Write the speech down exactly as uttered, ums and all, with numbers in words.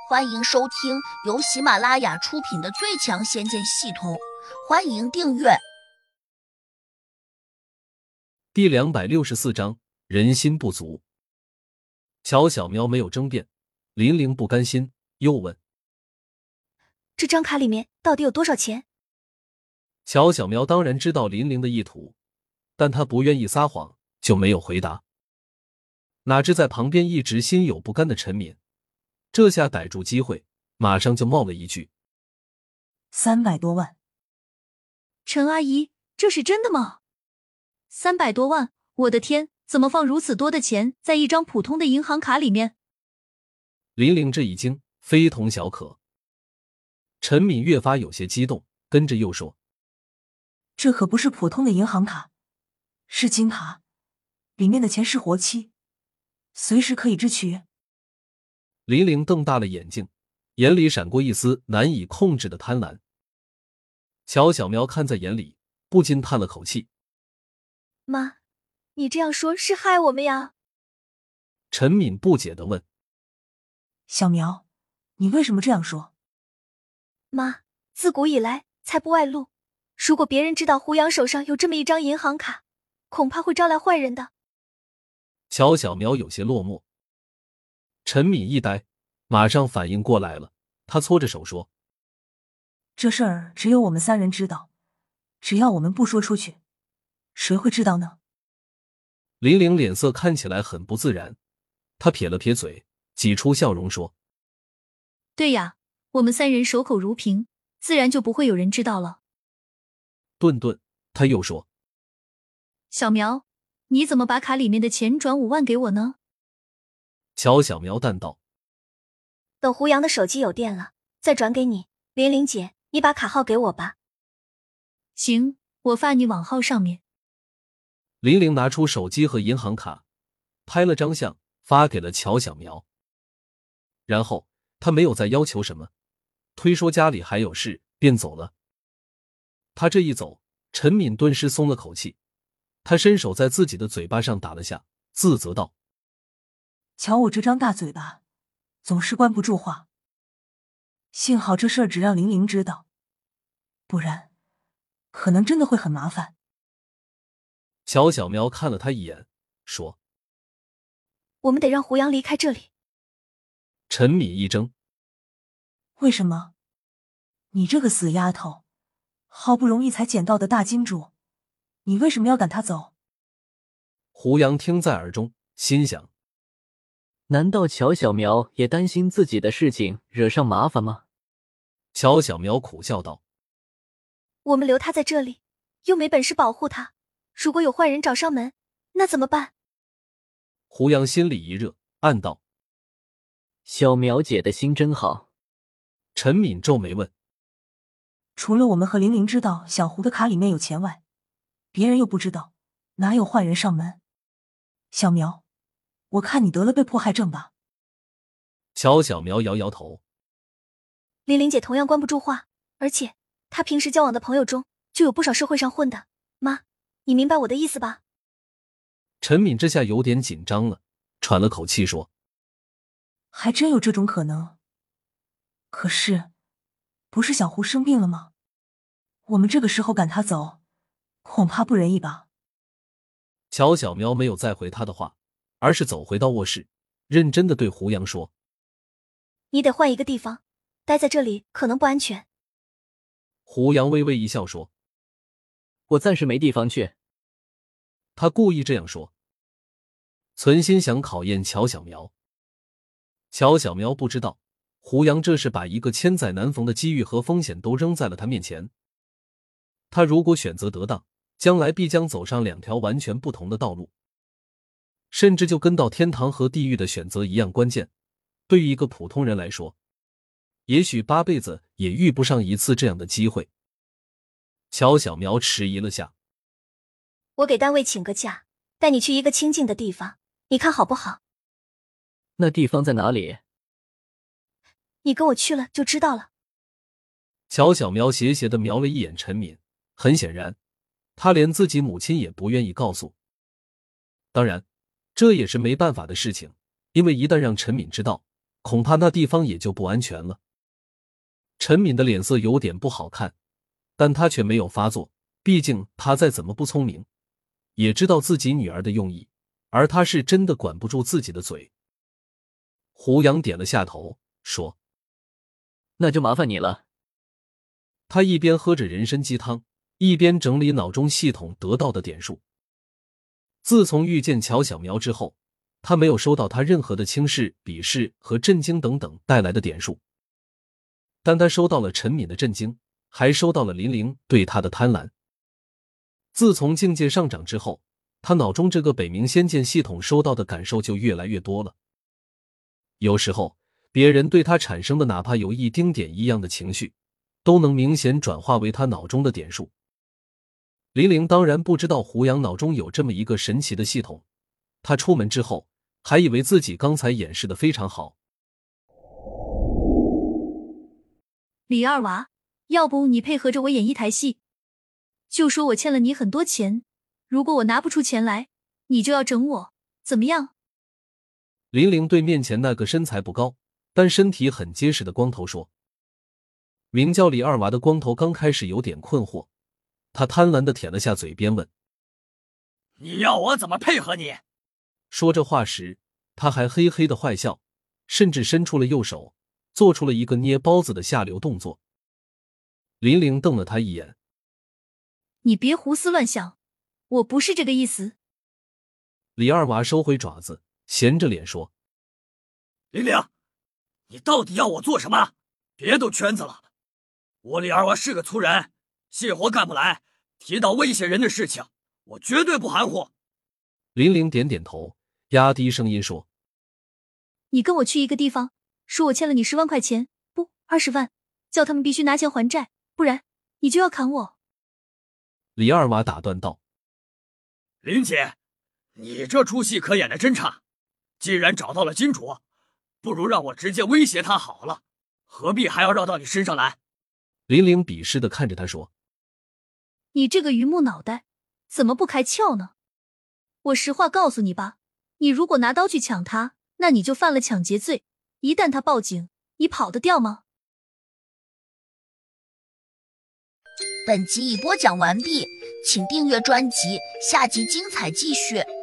欢迎收听由喜马拉雅出品的《最强仙剑系统》，欢迎订阅。 第两百六十四章，人心不足。乔小苗没有争辩，林玲不甘心，又问： 这张卡里面到底有多少钱？ 乔小苗当然知道林玲的意图，但他不愿意撒谎，就没有回答。哪知在旁边一直心有不甘的陈敏，这下逮住机会，马上就冒了一句： 三百多万。 陈阿姨，这是真的吗？三百多万，我的天，怎么放如此多的钱在一张普通的银行卡里面？ 林玲这一惊非同小可。陈敏越发有些激动，跟着又说： 这可不是普通的银行卡，是金卡，里面的钱是活期，随时可以支取。 林玲瞪大了眼睛，眼里闪过一丝难以控制的贪婪。乔小苗看在眼里，不禁叹了口气： 妈，你这样说是害我们呀？ 陈敏不解地问： 小苗，你为什么这样说？ 妈，自古以来财不外露，如果别人知道胡杨手上有这么一张银行卡，恐怕会招来坏人的。 乔小苗有些落寞。陈敏一呆，马上反应过来了，他搓着手说： 这事儿只有我们三人知道，只要我们不说出去，谁会知道呢？ 林玲脸色看起来很不自然，她撇了撇嘴，挤出笑容说： 对呀，我们三人守口如瓶，自然就不会有人知道了。 顿顿，他又说： 小苗，你怎么把卡里面的钱转五万给我呢？ 乔小苗淡道： 等胡杨的手机有电了，再转给你。林玲姐，你把卡号给我吧。行，我发你网号上面。 林玲拿出手机和银行卡，拍了张相发给了乔小苗。然后他没有再要求什么，推说家里还有事，便走了。他这一走，陈敏顿时松了口气，他伸手在自己的嘴巴上打了下，自责道： 瞧我这张大嘴巴，总是关不住话。幸好这事儿只让玲玲知道，不然可能真的会很麻烦。 乔小苗看了他一眼，说： 我们得让胡杨离开这里。 陈敏一怔： 为什么？你这个死丫头，好不容易才捡到的大金主，你为什么要赶他走？ 胡杨听在耳中，心想： 难道乔小苗也担心自己的事情惹上麻烦吗？ 乔小苗苦笑道： 我们留他在这里，又没本事保护他，如果有坏人找上门，那怎么办？ 胡杨心里一热，暗道： 小苗姐的心真好。 陈敏皱眉问： 除了我们和玲玲知道小胡的卡里面有钱外，别人又不知道，哪有坏人上门？小苗，我看你得了被迫害症吧。 乔小苗摇摇头： 林玲姐同样关不住话，而且她平时交往的朋友中就有不少社会上混的。妈，你明白我的意思吧？ 陈敏这下有点紧张了，喘了口气说： 还真有这种可能。可是，不是小胡生病了吗？我们这个时候赶他走，恐怕不仁义吧。 乔小苗没有再回他的话，而是走回到卧室，认真地对胡杨说： 你得换一个地方，待在这里可能不安全。 胡杨微微一笑说： 我暂时没地方去。 他故意这样说，存心想考验乔小苗。乔小苗不知道，胡杨这是把一个千载难逢的机遇和风险都扔在了他面前。他如果选择得当，将来必将走上两条完全不同的道路，甚至就跟到天堂和地狱的选择一样关键。对于一个普通人来说，也许八辈子也遇不上一次这样的机会。乔小苗迟疑了下： 我给单位请个假，带你去一个清静的地方，你看好不好？ 那地方在哪里？ 你跟我去了就知道了。 乔小苗斜斜地瞄了一眼陈敏，很显然，他连自己母亲也不愿意告诉。当然，这也是没办法的事情，因为一旦让陈敏知道， 恐怕那地方也就不安全了。陈敏的脸色有点不好看，但他却没有发作，毕竟他再怎么不聪明，也知道自己女儿的用意，而他是真的管不住自己的嘴。胡杨点了下头，说： 那就麻烦你了。 他一边喝着人参鸡汤，一边整理脑中系统得到的点数。自从遇见乔小苗之后，他没有收到他任何的轻视、鄙视和震惊等等带来的点数，但他收到了陈敏的震惊，还收到了林玲对他的贪婪。自从境界上涨之后，他脑中这个北冥仙剑系统收到的感受就越来越多了。有时候别人对他产生的哪怕有一丁点一样的情绪，都能明显转化为他脑中的点数。林玲当然不知道胡杨脑中有这么一个神奇的系统，他出门之后还以为自己刚才演示的非常好。 李二娃，要不你配合着我演一台戏，就说我欠了你很多钱，如果我拿不出钱来，你就要整我，怎么样？ 林玲对面前那个身材不高但身体很结实的光头说。名叫李二娃的光头刚开始有点困惑，他贪婪地舔了下嘴边问： 你要我怎么配合你？ 说这话时他还嘿嘿地坏笑，甚至伸出了右手，做出了一个捏包子的下流动作。林玲瞪了他一眼： 你别胡思乱想，我不是这个意思。 李二娃收回爪子，闲着脸说： 林玲，你到底要我做什么？别兜圈子了，我李二娃是个粗人，细活干不来，提到威胁人的事情，我绝对不含糊。 林玲点点头，压低声音说： 你跟我去一个地方，说我欠了你十万块钱，不，二十万，叫他们必须拿钱还债，不然你就要砍我。 李二娃打断道： 林姐，你这出戏可演得真差，既然找到了金主，不如让我直接威胁他好了，何必还要绕到你身上来？ 林玲鄙视地看着他说： 你这个榆木脑袋，怎么不开窍呢？我实话告诉你吧，你如果拿刀去抢他，那你就犯了抢劫罪，一旦他报警，你跑得掉吗？ 本集已播讲完毕，请订阅专辑，下集精彩继续。